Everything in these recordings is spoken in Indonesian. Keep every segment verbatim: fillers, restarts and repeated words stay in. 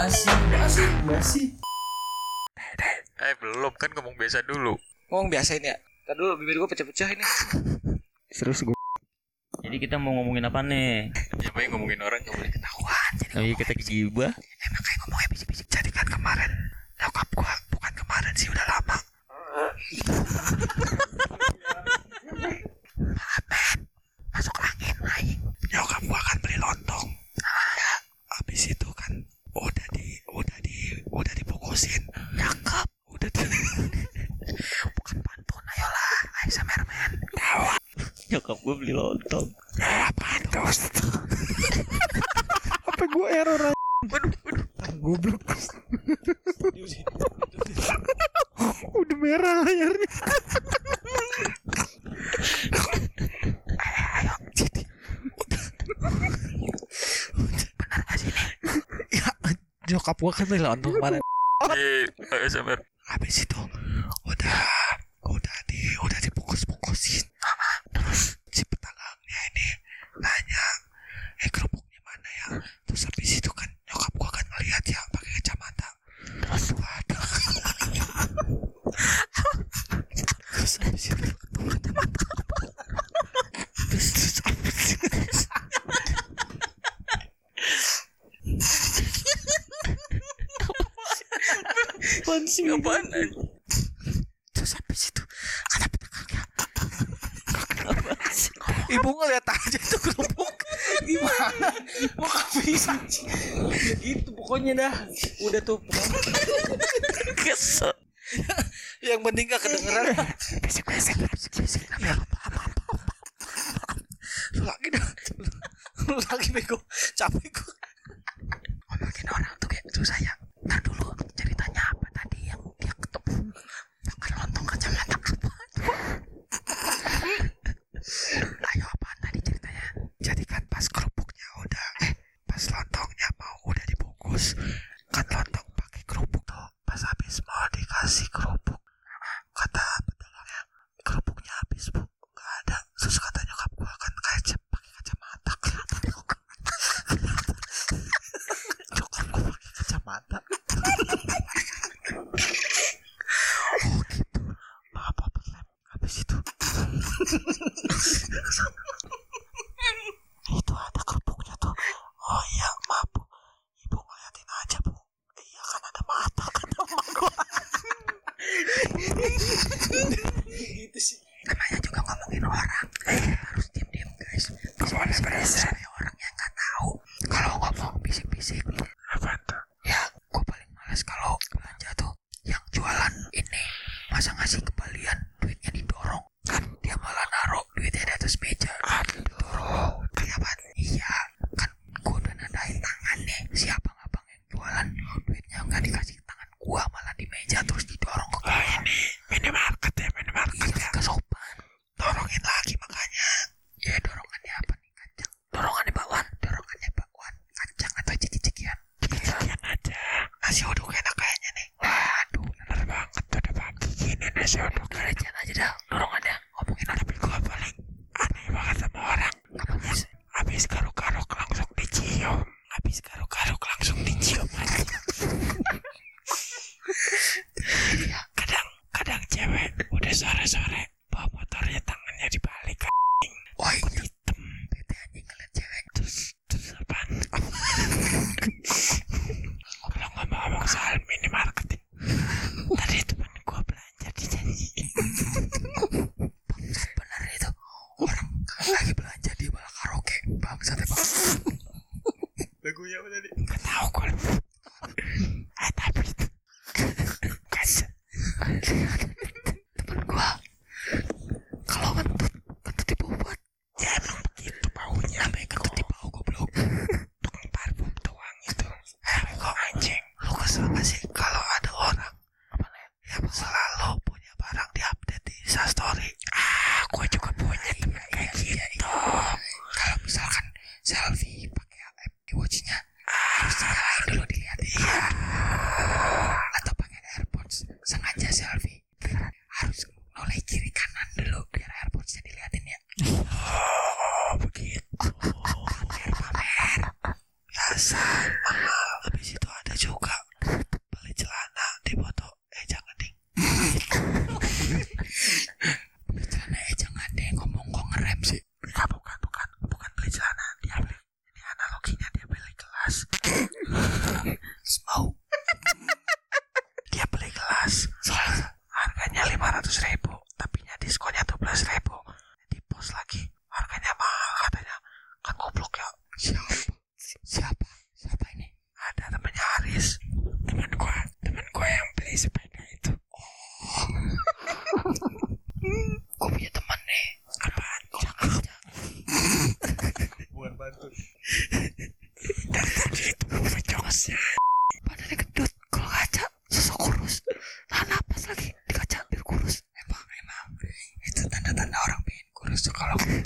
basi, basi, basi. Eh belum kan ngomong biasa dulu. Ngomong biasa ini ya. Tadi dulu bibir gue pecah-pecah ini. Serius gue. Jadi kita mau ngomongin apa nih? Ya paling ngomongin orang gak boleh ketahuan. Jadi Oh iya kita gibah. emang kayak ngomongnya bisik-bisik. Jadi kan kemarin nyokap gua, bukan kemarin sih udah lama. Amin. Masuk angin aing. Nyokap gua kan beli lontong. Ya, habis itu kan udah di udah di udah dibungkusin. Cakep. Udah di bukan pantun, ayolah. A S M R men. Tahu. Nyokap gue beli lontong. Eh, apaan tuh? Apa gue error aja? Waduh, waduh. Goblok. Udah merah layarnya. Ayo, Siti. Udah. Benar gak sih nih? Ya, nyokap gue kan beli lontong kemarin. Di A S M R. Habis itu udah udah di udah dibungkus-bungkusin. Terus si petagangnya ini nanya, eh kerupuknya mana ya? Terus habis itu kan nyokap gua kan ngeliat ya pakai kacamata. Terus waduh. Terus habis itu kacamata. Terus terus habis itu. Apaan sih? Apaan? Terus habis itu kata petagangnya, Ibu ngeliat aja tuh kerupuk. Gimana? Mau kehabisan sih. Ya gitu pokoknya dah. Udah tuh. kesel. Yang penting gak kedengeran. Bisik-bisik, bisik-bisik. Ya, Lu lagi dah. Lu lagi bego. Capek gue. ngomongin orang tuh kayak susah ya. Ntar dulu ceritanya apa tadi yang dia ketemu makan lontong kacamata apa? Ayo apaan tadi ceritanya? Jadi kan pas kerupuknya udah, eh pas lontongnya mau udah dibungkus, kan lontong pakai kerupuk tuh. Pas habis mau dikasih kerupuk, kata pedagangnya kerupuknya habis bu, nggak ada. Terus kata nyokap gua kan kayak pakai kacamata kelihatan. Nyokap gua pakai kacamata. Oh gitu. Apa pelem habis itu. Itu ada kerupuknya tuh. Oh iya maaf bu, ibu ngeliatin aja bu. Iya kan ada mata kan sama gua. Gitu sih. Namanya juga ngomongin orang, eh harus diam-diam guys. Bisa-bisa berisik supaya orang yang nggak tahu. Kalau ngomong bisik-bisik. Apa tuh? Ya, gua paling malas kalau belanja tuh yang jualan ini masa ngasih kembalian duitnya didorong, kan dia malah naruh duitnya di atas meja. Aduh, kayak apa? Iya, kan gua udah nandain tangan nih. Si abang-abang yang jualan duitnya nggak dikasih tangan gua, malah di meja terus didorong ke gua. Oh ini minimarket ya, minimarket ya. Ke sopan. Dorongin lagi makanya. Ya dorongannya apa nih, Kanjeng? Dorong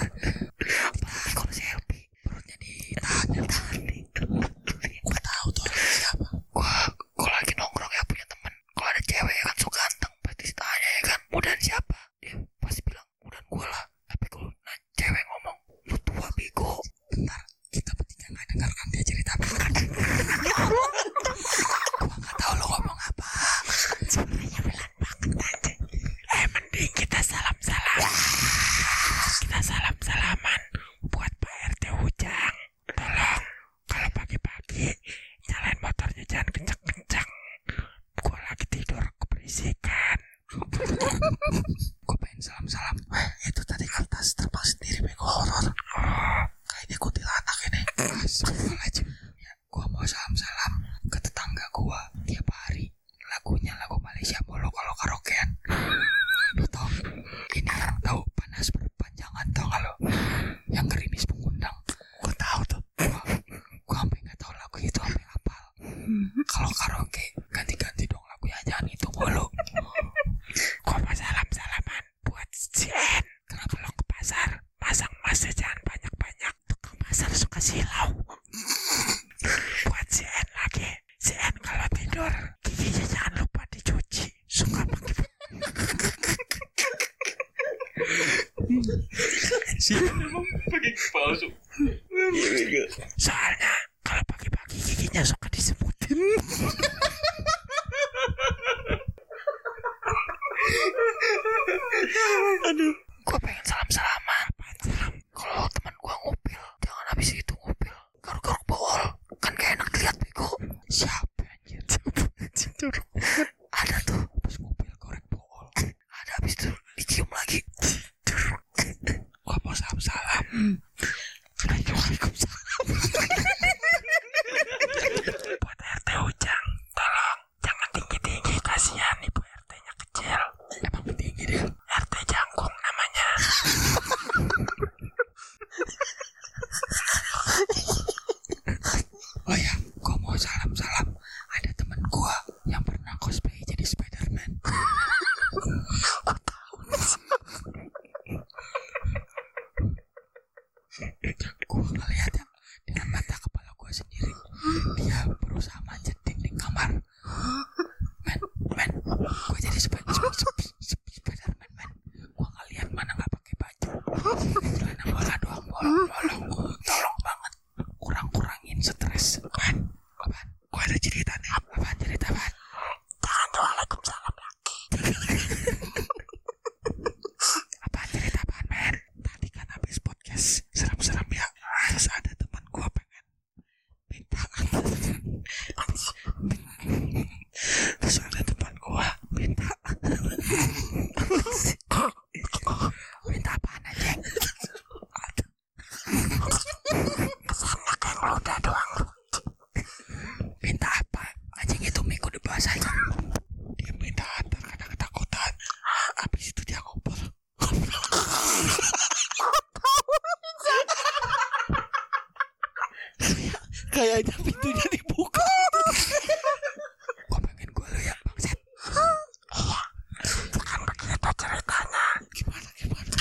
anjir. Apalagi kalau selfie perutnya ditahan ditahan gitu. Gua tahu tuh orang siapa. Gua gua lagi nongkrong ya punya temen. Kalau ada cewek kan so ganteng pasti tanya ya kan, mudahan siapa? Dia pasti bilang mudahan gua lah. Tapi kalau nah, cewek ngomong lu tua bego. Bentar, kita bertiga nggak dengarkan dia cerita apa. Gua nggak tahu lo ngomong apa. Suaranya pelan banget anjing. Eh mending kita salam salam. Kita salam salaman buat Pak R T Ujang. Tolong kalau pagi-pagi nyalain motornya jangan kencang-kencang. Gua lagi tidur keberisikan. Gua pengen salam-salam. Itu tadi kertas terbang sendiri bego horor. Kayak dia kuntilanak ini. Astagfirullahaladzim. Ya, gua mau salam-salam ke tetangga gua tiap hari. Lagunya lagu Malaysia mulu kalau karaokean. Lu tau ini yang tahu panas berpanjangan tau kalau yang gerimis mengundang. Gua tahu tuh. Gua, gua sampai nggak tahu lagu itu sampai hafal. Kalau karaoke ganti-ganti dong lagunya, jangan itu mulu. Gua mau salam-salaman buat si En. Karena kalau ke pasar pasang emasnya jangan banyak-banyak. Tukang pasar suka silau. Buat si En lagi. Si En kalau tidur giginya jangan lupa dicuci. Suka pakai Si emang pakai palsu. soalnya kalau pagi-pagi giginya suka disebutin. Aduh, gua pengen salam-salaman. Salam. Kalau teman gua ngupil, jangan habis itu ngupil garuk-garuk bawol. Kan gak enak dilihat bego. Siapa anjir? Ada tuh pas ngupil goreng bawol. Ada habis itu dicium lagi. Gua mau salam-salam. Waalaikumsalam. Buat R T Ujang, tolong jangan tinggi-tinggi, kasihan ibu R T-nya kecil. Emang tinggi dia? R T Jangkung namanya. Oh ya, gua mau salam-salam. Ada temen gua yang pernah cosplay jadi Spider-Man. Gua tahu. Gua ngeliatnya dengan mata kepala gua sendiri. Dia berusaha manjat dinding kamar. Men, men, gua jadi sp- sp- sp- sp- Spider-Man, men. Gua ngeliat mana nggak pakai baju. Celana bola doang, bolong-bolong. Tolong banget, kurang-kurangin stres. Apaan? Apaan? Gua ada cerita nih. Apaan cerita apaan? Jangan tuh Waalaikumsalam lagi. Apaan cerita apaan, men? Tadi kan habis podcast seram-seram ya. Terus ada teman gua pengen minta. Terus ada teman gua minta. Minta apaan aja? Kesana kayak ngeludah doang. Minta apa? Anjing itu minggu udah bahasa aja. Dia minta antar karena ketakutan. Habis itu dia ngobrol. Kayaknya pintunya dibuka. Gua pengen gua lu ya bangsat. Iya. Bukan begitu ceritanya. Gimana gimana?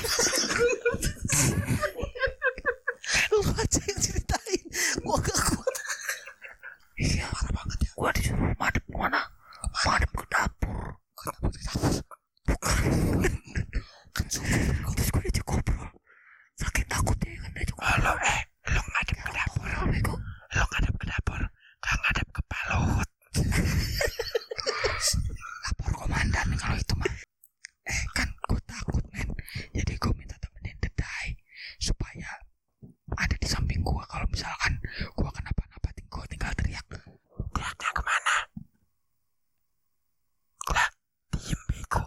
Lu aja yang ceritain. Gua gak kuat. Iya parah banget ya. Gua disuruh madep kemana? Madep ke dapur. Ke dapur ke dapur. Bukan. Kan subuh. Terus gua diajak ngobrol. Saking takutnya kan diajak ngobrol. Halo eh. Lo ngadep ke dapur. Lo ngadep ke dapur. Gak ngadep ke palut. Lapor komandan nih kalau itu mah. Eh kan gue takut men. Jadi gue minta temenin Dedai supaya ada di samping gue. Kalau misalkan gue kenapa-napa gue tinggal teriak. Teriaknya kemana? Lah diem bego.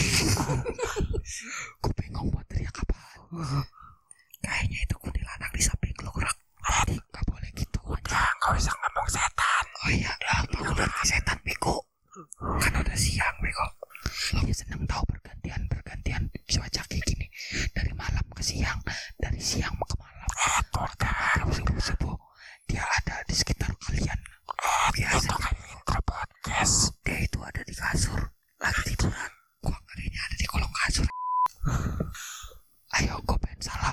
Gue bengong buat teriak apaan. Kayaknya itu kuntilanak di samping lo gerak. Jadi gak boleh gitu aja. Gak usah ngomong setan. Oh iya dah, udah setan bego. Kan udah siang bego. Dia seneng tahu bergantian bergantian cuaca kayak gini. Dari malam ke siang, dari siang ke malam. Eh, total subuh subuh. Dia ada di sekitar kalian. Oh, biasa kan intro podcast. Dia itu ada di kasur, lagi tiduran. Gua ngerinya ada di kolong kasur. Ayo, gue pengen salam.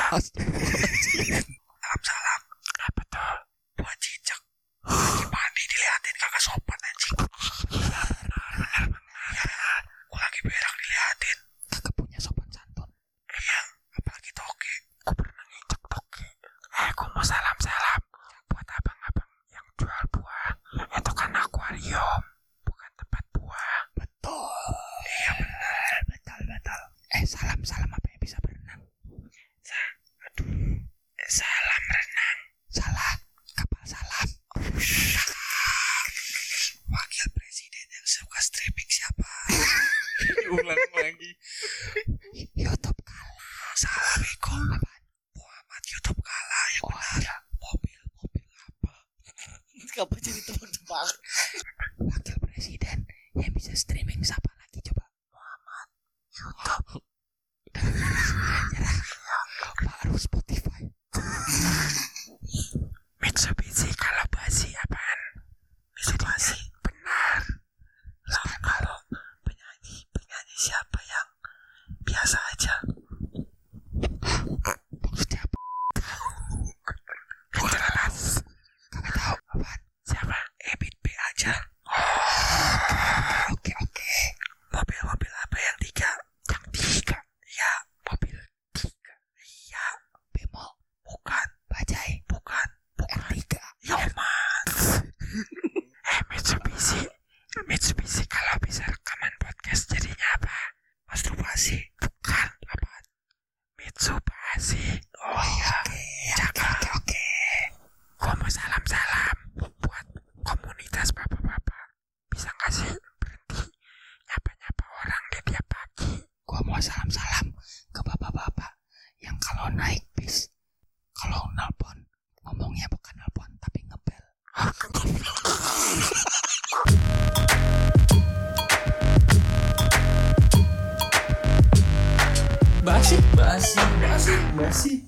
Salam salam. Apa tuh? Buat cicak. Lagi mandi diliatin kagak sopan anjing. Benar benar. Ya, gua lagi berak diliatin. Kagak punya sopan santun. Iya, apalagi toke. Gua pernah ngicek toke. Eh, gua mau salam salam buat abang-abang yang jual buah. Itu kan akuarium, bukan tempat buah. Betul. Iya benar, betul betul. Eh, salam salam apa yang bisa berenang? Sa, aduh. Salam renang. Salah. Kapal salam. Wakil presiden yang suka streaming siapa? Ulang lagi. YouTube kalah. Assalamualaikum. Muhammad YouTube kalah yang oh, benar. Iya. Mobil mobil apa? Kenapa jadi tebak-tebak? Wakil presiden yang bisa streaming siapa lagi coba? Muhammad YouTube. Baru Spotify. Mitsubishi kalau basi apaan? Mitsubishi benar. Lah kalau penyanyi penyanyi siapa yang biasa aja? Maksudnya apa? Jelas. Kagak tahu apaan? Siapa? Ebit B aja. Oke oke. Mobil-mobil apa yang tiga? Yang tiga. Ya, mobil tiga. Iya. Bemo. Bukan. Bajai. Bukan. Bukan. R tiga. Yoman. Eh, Mitsubishi. Mitsubishi kalau bisa rekaman podcast jadinya apa? Masturbasi. Bukan. Apa? Mitsubishi. Oh iya. Oke, oke, oke. Gua mau salam-salam buat komunitas bapak-bapak. Bisa nggak sih berhenti nyapa-nyapa orang di tiap pagi? Gua mau salam-salam ke bapak-bapak yang kalau naik bis, kalau nelpon ngomongnya bukan nelpon tapi ngebel. Basi, basi, basi, basi.